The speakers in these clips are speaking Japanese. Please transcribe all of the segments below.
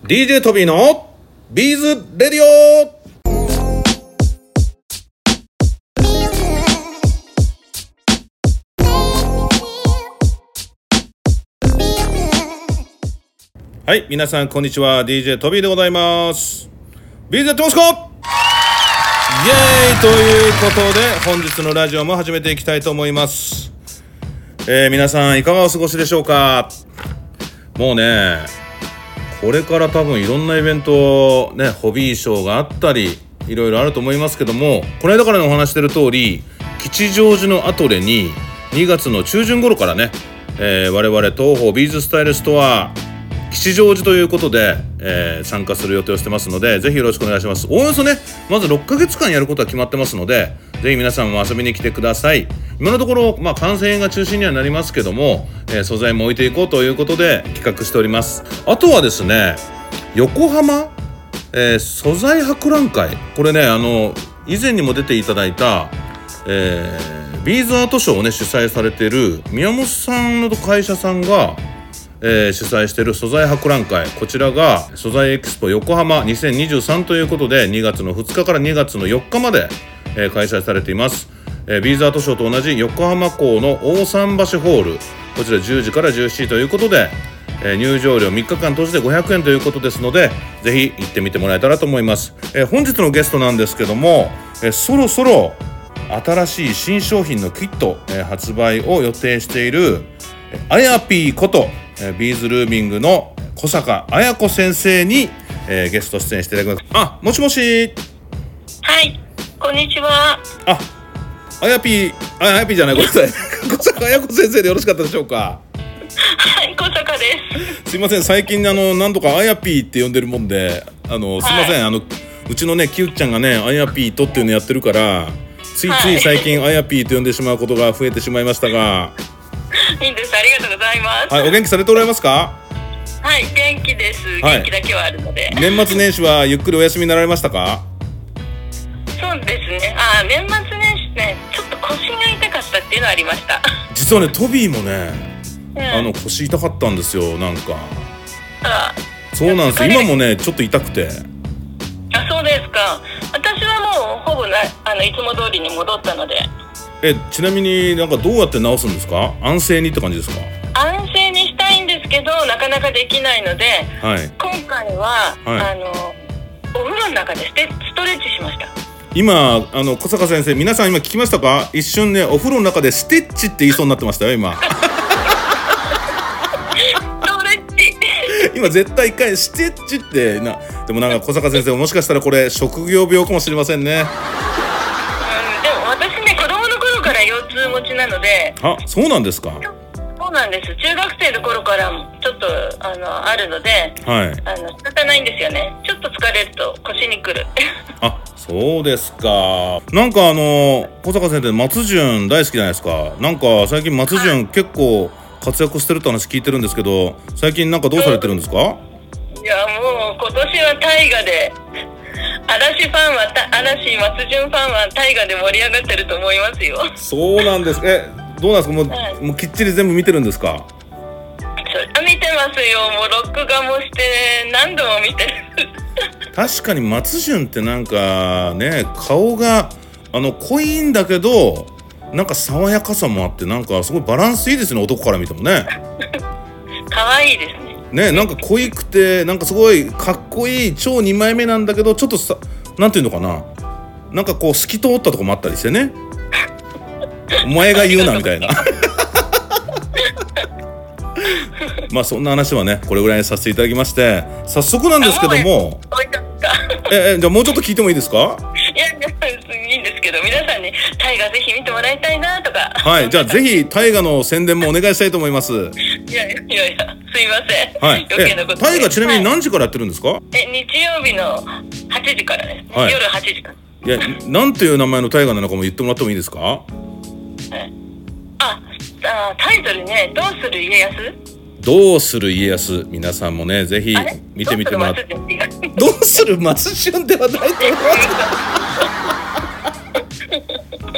DJ トビーのビーズレディオ。はい、皆さんこんにちは。 DJ トビーでございます。ビーズやってますか？イエーイということで本日のラジオも始めていきたいと思います。皆さんいかがお過ごしでしょうか？もうね、これから多分いろんなイベントね、ホビーショーがあったりいろいろあると思いますけども、この間からお話してる通り、吉祥寺のアトレに2月の中旬頃からね、我々東宝ビーズスタイルストア吉祥寺ということで、参加する予定をしてますので、ぜひよろしくお願いします。おおよそね、まず6ヶ月間やることは決まってますので、ぜひ皆さんも遊びに来てください。今のところ、観戦が中心にはなりますけども、素材も置いていこうということで企画しております。あとはですね、横浜、素材博覧会、これね、以前にも出ていただいた、ビーズアートショーをね主催されている宮本さんの会社さんが主催している素材博覧会、こちらが素材エキスポ横浜2023ということで、2月の2日から2月の4日まで、開催されています。ビーズアートショーと同じ横浜港の大桟橋ホール、こちら10時から17時ということで、入場料3日間通して500円ということですので、ぜひ行ってみてもらえたらと思います。本日のゲストなんですけども、そろそろ新しい新商品のキット、発売を予定しているあやぴーことビーズルーミングの小坂彩子先生に、ゲスト出演していただきます。もしもし。 はい、こんにちは。 あやぴーじゃない、ごめんなさい小坂彩子先生でよろしかったでしょうか？ はい、小坂です。 すいません、最近何度かあやぴーって呼んでるもんで、すいません、うちのねきゅっちゃんがねあやぴーとっていうのやってるから、ついつい最近あやぴーと呼んでしまうことが増えてしまいましたがいいんです、ありがとうございます。 はい、お元気されておられますか？ はい、元気です、元気だけはあるので。 年末年始はゆっくりお休みになられましたか？ そうですね、年末年始ね、ちょっと腰が痛かったっていうのはありました。 実はね、トビーもね、腰痛かったんですよ、なんか。そうなんですよ、今もねちょっと痛くて。 そうですか。私はもうほぼいつも通りに戻ったので。 ちなみにどうやって治すんですか？安静にって感じですか？ 安静にしたいんですけど、なかなかできないので、今回は、お風呂の中でストレッチしました。 今小坂先生、皆さん今聞きましたか？一瞬ね、お風呂の中でステッチって言いそうになってましたよ今ストレッチ今絶対一回ステッチってでも小坂先生、もしかしたらこれ職業病かもしれませんね。 でも私ね、子供の頃から腰痛持ちなので。 そうなんですか？ そうなんです。中学生の頃からちょっとあるので、仕方ないんですよね。ちょっと疲れると腰にくるそうですか。小坂先生、松潤大好きじゃないですか。最近松潤結構活躍してるって話聞いてるんですけど、最近どうされてるんですか？いや、もう今年は大河で、嵐松潤ファンは大河で盛り上がってると思いますよ。 そうなんです。どうなんですか？もうきっちり全部見てるんですか？ 見てますよ。もう録画もして何度も見てる確かに松潤って顔が濃いんだけど、爽やかさもあって、すごいバランスいいですね、男から見てもね。 可愛いですね。 濃いくてすごいかっこいい超2枚目なんだけど、ちょっとなんていうのかな、透き通ったとこもあったりしてねお前が言うなみたいなそんな話はね、これぐらいにさせていただきまして、早速なんですけども、じゃあもうちょっと聞いてもいいですか？ いや、いいんですけど、皆さんに大河ぜひ見てもらいたいなとか。 じゃあぜひ大河の宣伝もお願いしたいと思います。 いや、すいません。余計なことで。 大河ちなみに何時からやってるんですか？ 日曜日の8時からです。夜8時から。 いや、なんていう名前の大河なのかも言ってもらってもいいですか？ タイトルね、どうする家康？ どうする家康、皆さんもねぜひ見てみてもらって。どうする松潤ではないと思い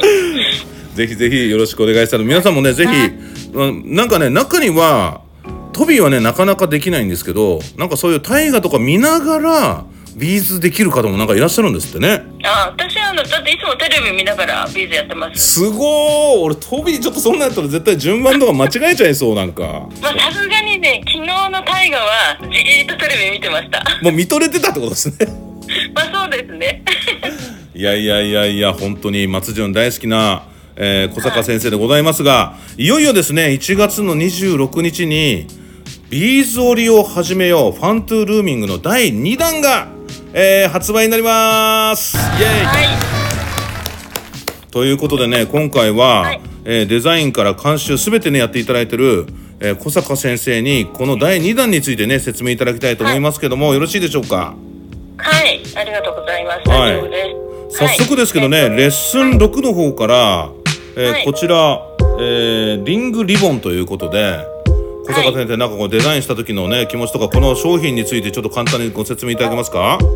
ますぜひぜひよろしくお願いしたい。皆さんもねぜひ、中にはトビーはねなかなかできないんですけど、なんかそういう大河とか見ながらビーズできる方もなんかいらっしゃるんですってね。 私だっていつもテレビ見ながらビーズやってます。 すごー。俺トビーちょっとそんなんやったら絶対順番とか間違えちゃいそうなんか。 さすがにね、昨日の大河はじーっとテレビ見てました。 もう見とれてたってことですね。 そうですね。 いや本当に松潤大好きな、小坂先生でございますが、いよいよですね1月の26日にビーズ織りを始めようファントゥールーミングの第2弾が、発売になります。イエーイ、はい、ということでね、今回は、はい、デザインから監修すべてねやっていただいてる、小坂先生にこの第2弾についてね説明いただきたいと思いますけども、はい、よろしいでしょうか。 はい、ありがとうございます。大丈夫です。 早速ですけどね、はい、レッスン6の方から、はい、こちら、リングリボンということで、小坂先生、なんかこうデザインした時のね気持ちとか、この商品についてちょっと簡単にご説明いただけますか。 はい、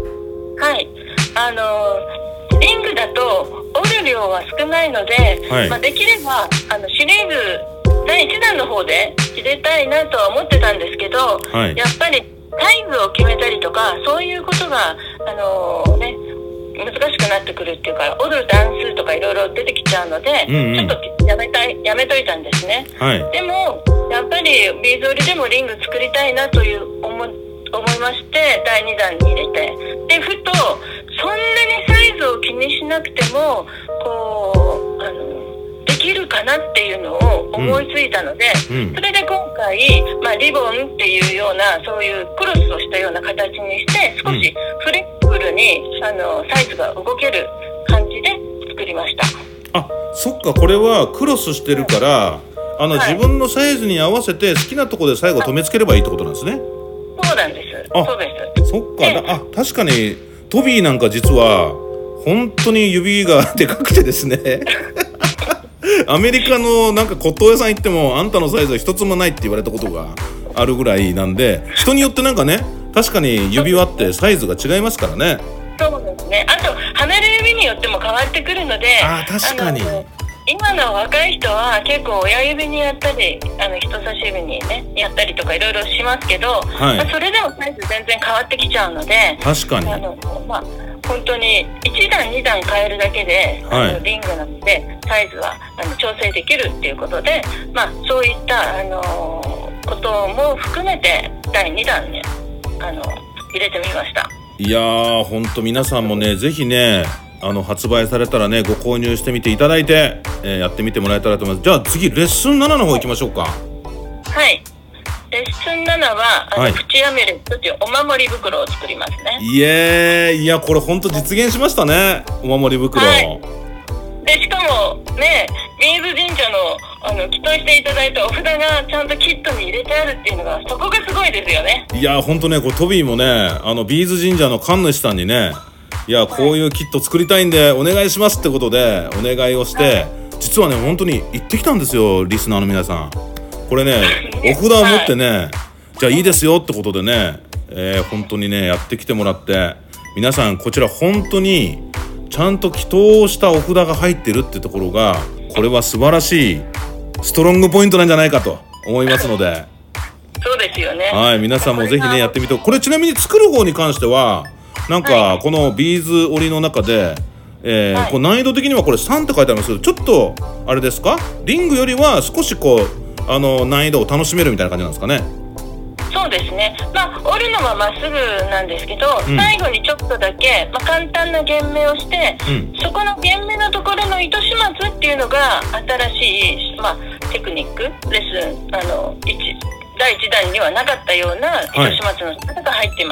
リングだと織る量は少ないので、はい、できればシリーズ第1弾の方で入れたいなとは思ってたんですけど、はい、やっぱりサイズを決めたりとかそういうことが難しくなってくるっていうか、踊る段数とかいろいろ出てきちゃうので、ちょっとやめといたんですね。はい、でもやっぱりビーズ織りでもリング作りたいなという思いまして第2弾に入れて、でふとそんなにサイズを気にしなくてもこうできるかなっていうのを思いついたので、それで今回、リボンっていうようなそういうクロスをしたような形にして少しフレキシブルにサイズが動ける感じで作りました。 あ、そっか、これはクロスしてるから、自分のサイズに合わせて好きなところで最後留め付ければいいってことなんですね。 そうなんです。そうです。 そっか。確かにトビーなんか実は本当に指がでかくてですねアメリカのなんか骨董屋さん行ってもあんたのサイズは一つもないって言われたことがあるぐらいなんで、人によってなんかね、確かに指輪ってサイズが違いますからね。 そうですね。あとはめる指によっても変わってくるので、 確かに今の若い人は結構親指にやったり人差し指にねやったりとかいろいろしますけど、はい、それでもサイズ全然変わってきちゃうので、 確かに本当に1段2段変えるだけで、はい、リングなのでサイズは調整できるっていうことで、そういった、ことも含めて第2弾に入れてみました。 いやー、本当皆さんもねぜひね発売されたらねご購入してみていただいて、やってみてもらえたらと思います。じゃあ次レッスン7の方行きましょうか。 はい、レッスン7はプチアメレットというお守り袋を作りますね。 いやこれ本当実現しましたね、お守り袋。 はい、でしかもね、ビーズ神社の寄贈していただいたお札がちゃんとキットに入れてあるっていうのがそこがすごいですよね。 いや本当ね、これトビーもねビーズ神社の神主さんにね、いやこういうキット作りたいんでお願いしますってことでお願いをして、実はね本当に行ってきたんですよ、リスナーの皆さん。これねお札を持ってね、じゃあいいですよってことでね、本当にねやってきてもらって、皆さんこちら本当にちゃんと祈祷したお札が入ってるってところが、これは素晴らしいストロングポイントなんじゃないかと思いますのでそうですよね。 はい、皆さんもぜひねやってみて。これちなみに作る方に関してはなんかこのビーズ織りの中で、こう難易度的にはこれ3って書いてありますけど、ちょっとあれですか、リングよりは少しこう難易度を楽しめるみたいな感じなんですかね。 そうですね。織るのはまっすぐなんですけど、最後にちょっとだけ、簡単な弦目をして、そこの弦目のところの糸始末っていうのが新しい、テクニックレッスン第1弾にはなかったような糸始末の仕方が入っています。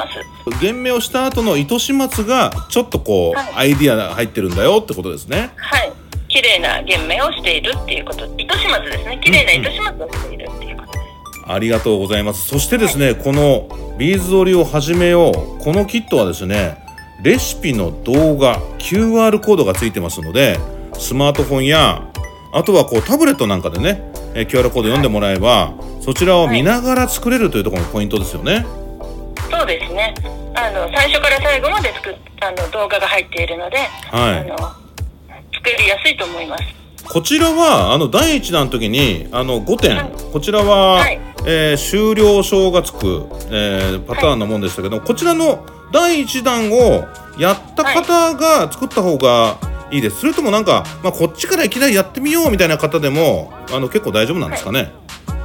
弦目をした後の糸始末がちょっとこう、アイディアが入ってるんだよってことですね。 はい、綺麗な弦目をしているっていうこと、糸始末ですね。綺麗な糸始末をしているっていうことです。 ありがとうございます。そしてですね、このビーズ織りを始めよう、このキットはですね、レシピの動画 QR コードがついてますので、スマートフォンやあとはこうタブレットなんかでね、QR コード読んでもらえば、そちらを見ながら作れるというところがポイントですよね。 そうですね。最初から最後まで動画が入っているので、作りやすいと思います。 こちらは第1弾の時に5点、こちらは、終了証がつく、パターンのもんでしたけど、こちらの第1弾をやった方が作った方がいいです。それともなんか、こっちからいきなりやってみようみたいな方でも結構大丈夫なんですかね。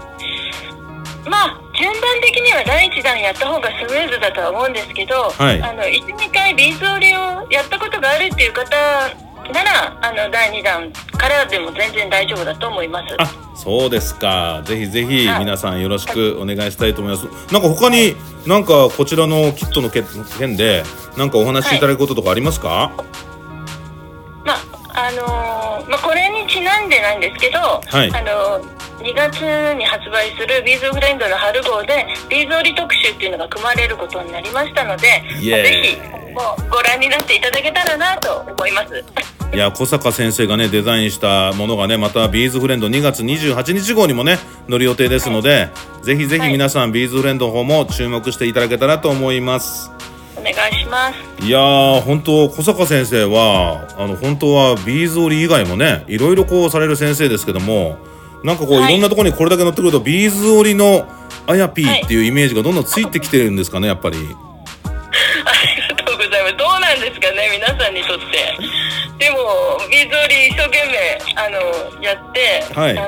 順番的には第1弾やった方がスムーズだとは思うんですけど、1、2回ビーズ織りをやったことがあるっていう方なら第2弾からでも全然大丈夫だと思います。 そうですか。ぜひぜひ皆さんよろしくお願いしたいと思います。なんか他になんかこちらのキットの件でなんかお話しいただくこととかありますか？ これにちなんでなんですけど、2月に発売するビーズフレンドの春号でビーズ織り特集っていうのが組まれることになりましたので、ぜひご覧になっていただけたらなと思います。 いや、小坂先生がねデザインしたものがね、またビーズフレンド2月28日号にもね載る予定ですので、ぜひぜひ皆さん、ビーズフレンドの方も注目していただけたらと思います。 お願いします。 いやー、本当小坂先生は本当はビーズ織り以外もねいろいろこうされる先生ですけども、なんかこう、いろんなところにこれだけ載ってくるとビーズ織りのあやぴーっていうイメージがどんどんついてきてるんですかね、やっぱり。 ありがとうございます。どうなんですかね、皆さんにとって。でもビーズ織り一生懸命やって、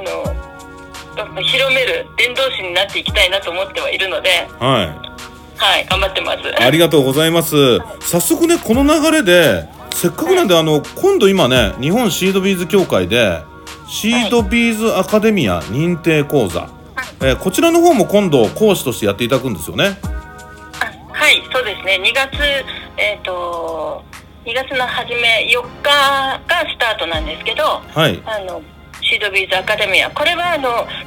広める伝道師になっていきたいなと思ってはいるので、頑張ってます。 ありがとうございます。早速ね、この流れでせっかくなんで、今度今ね日本シードビーズ協会でシードビーズアカデミア認定講座、こちらの方も今度講師としてやっていただくんですよね。 そうですね。2月の初め4日がスタートなんですけど、シードビーズアカデミア、これは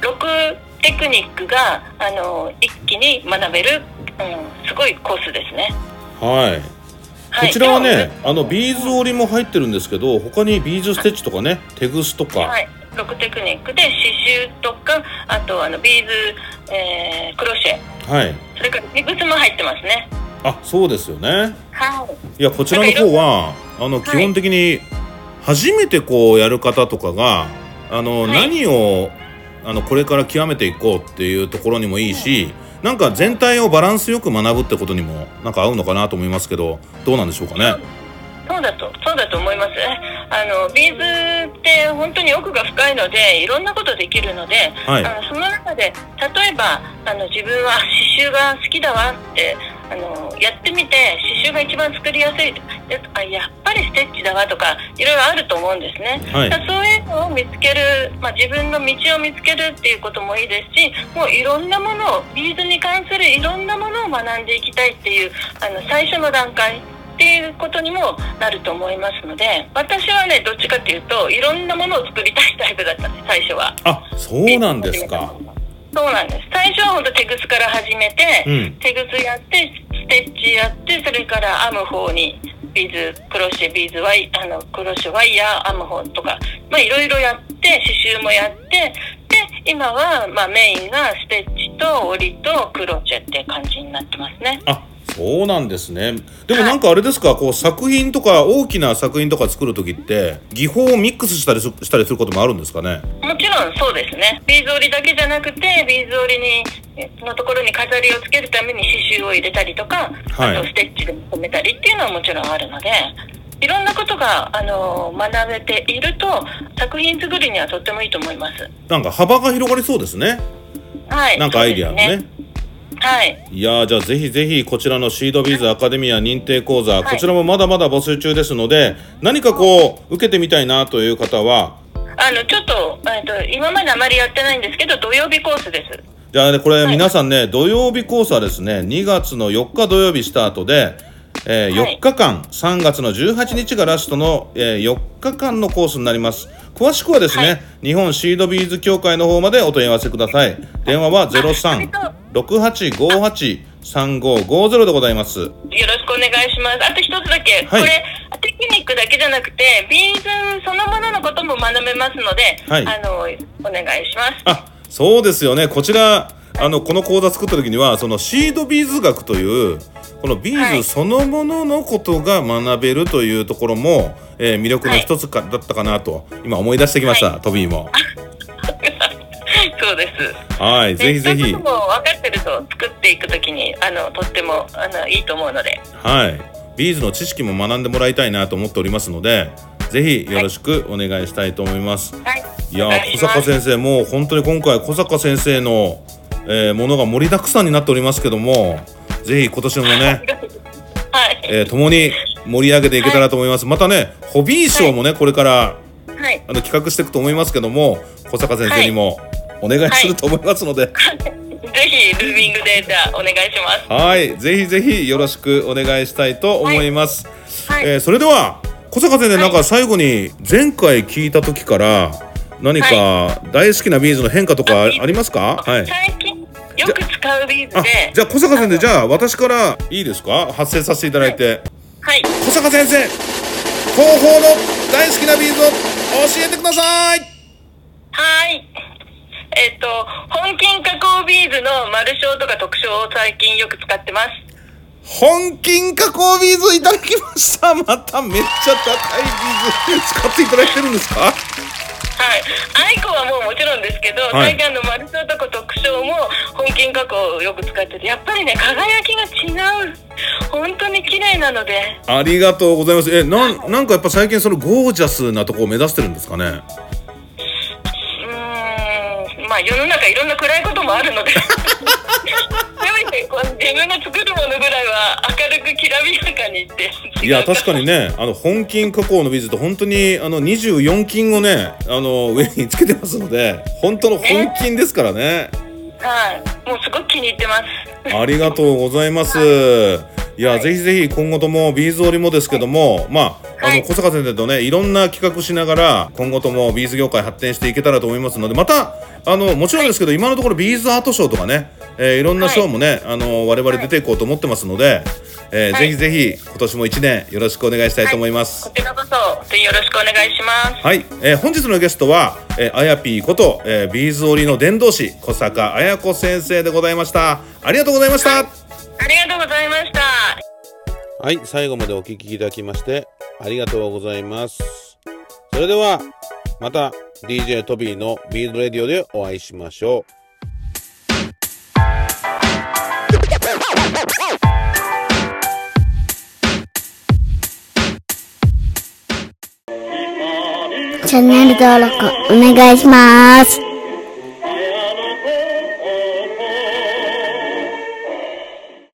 6テクニックが一気に学べる、すごいコースですね。こちらはねビーズ織りも入ってるんですけど、他にビーズステッチとかね、テグスとか、 6テクニックで刺繍とか、あとビーズ、クロシェ、それからテグスも入ってますね。 そうですよね。いや、こちらの方は基本的に初めてこうやる方とかが何をこれから極めていこうっていうところにもいいし、なんか全体をバランスよく学ぶってことにもなんか合うのかなと思いますけど、どうなんでしょうかね。 そうだと思います。ビーズって本当に奥が深いのでいろんなことできるので、その中で例えば自分は刺繍が好きだわってやってみて刺繍が一番作りやすい、やっぱりステッチだわとかいろいろあると思うんですね。そういうのを見つける、自分の道を見つけるっていうこともいいですし、もういろんなものをビーズに関するいろんなものを学んでいきたいっていう最初の段階っていうことにもなると思いますので、私はねどっちかっていうといろんなものを作りたいタイプだったんです、最初は。 そうなんですか。 そうなんです。最初は本当テグスから始めて、テグスやってステッチやって、それから編む方にビーズクロシェ、ビーズワイクロシェワイヤー編む方とかいろいろやって刺繍もやって、で今はメインがステッチと織りとクロシェって感じになってますね。 そうなんですね。でもなんかあれですか、こう作品とか大きな作品とか作るときって技法をミックスしたりすることもあるんですかね。 もちろんそうですね。ビーズ織りだけじゃなくてビーズ織りのところに飾りをつけるために刺繍を入れたりとか、あとステッチで留めたりっていうのはもちろんあるので、いろんなことが学べていると作品作りにはとってもいいと思います。 なんか幅が広がりそうですね。なんかアイディアのね。いやじゃあぜひぜひこちらのシードビーズアカデミア認定講座、こちらもまだまだ募集中ですので、何かこう受けてみたいなという方はちょっと今まであまりやってないんですけど、土曜日コースです。 じゃあね、これ皆さんね、土曜日コースはですね2月の4日土曜日スタートで、4日間、3月の18日がラストの、4日間のコースになります。詳しくはですね、日本シードビーズ協会の方までお問い合わせください。電話は 03-6858-3550 でございます。よろしくお願いします。あと一つだけ、これテクニックだけじゃなくてビーズそのもののことも学べますので、お願いします。 そうですよね。こちらこの講座作った時にはそのシードビーズ学というこのビーズそのもののことが学べるというところも、魅力の一つだったかなと今思い出してきました、トビーも。 そうです。 はい、ぜひぜひ。 そういうことも分かってると作っていくときにとってもいいと思うので。 はい、ビーズの知識も学んでもらいたいなと思っておりますので、ぜひよろしくお願いしたいと思います。 はい。 いや小坂先生、もう本当に今回小坂先生の、ものが盛りだくさんになっておりますけども、ぜひ今年もね、 はい、 共に盛り上げていけたらと思います。またね、ホビー賞もね、これから、はい、企画していくと思いますけども、小坂先生にもお願いすると思いますので、 ぜひルービングでじゃあお願いします。 はい、ぜひぜひよろしくお願いしたいと思います。それでは小坂先生、なんか最後に前回聞いた時から何か大好きなビーズの変化とかありますか？ はい、最近よく使うビーズで、 じゃあ小坂先生、じゃあ私からいいですか、発声させていただいて。 はい、 小坂先生、広報の大好きなビーズを教えてください。 はい、本金加工ビーズの丸小とか特小を最近よく使ってます。 本金加工ビーズいただきました。まためっちゃ高いビーズ使っていただいてるんですか？ はい、アイコはもうもちろんですけど、最近丸小とか特小も本金加工をよく使ってて、やっぱりね、輝きが違う。本当に綺麗なので。 ありがとうございます。なんかやっぱ最近そのゴージャスなとこを目指してるんですかね？ まあ世の中いろんな暗いこともあるのでせめて自分の作るものぐらいは明るくきらびやかにって。 いや確かにね、本金加工のビーズって本当に24金をね上につけてますので、本当の本金ですからね。 はい、もうすごく気に入ってます。 ありがとうございます。いや、ぜひぜひ今後ともビーズ織りもですけども、小坂先生とね、いろんな企画しながら今後ともビーズ業界発展していけたらと思いますので、またもちろんですけど、今のところビーズアートショーとかね、いろんなショーもね、我々出ていこうと思ってますので、ぜひぜひ今年も1年よろしくお願いしたいと思います。 こちらこそよろしくお願いします。 はい、本日のゲストは、あやぴーこと、ビーズ織りの伝道師小坂綾子先生でございました。ありがとうございました。 ありがとうございました。 はい、最後までお聞きいただきましてありがとうございます。それではまた DJ トビーのビーズレディオでお会いしましょう。 チャンネル登録お願いします。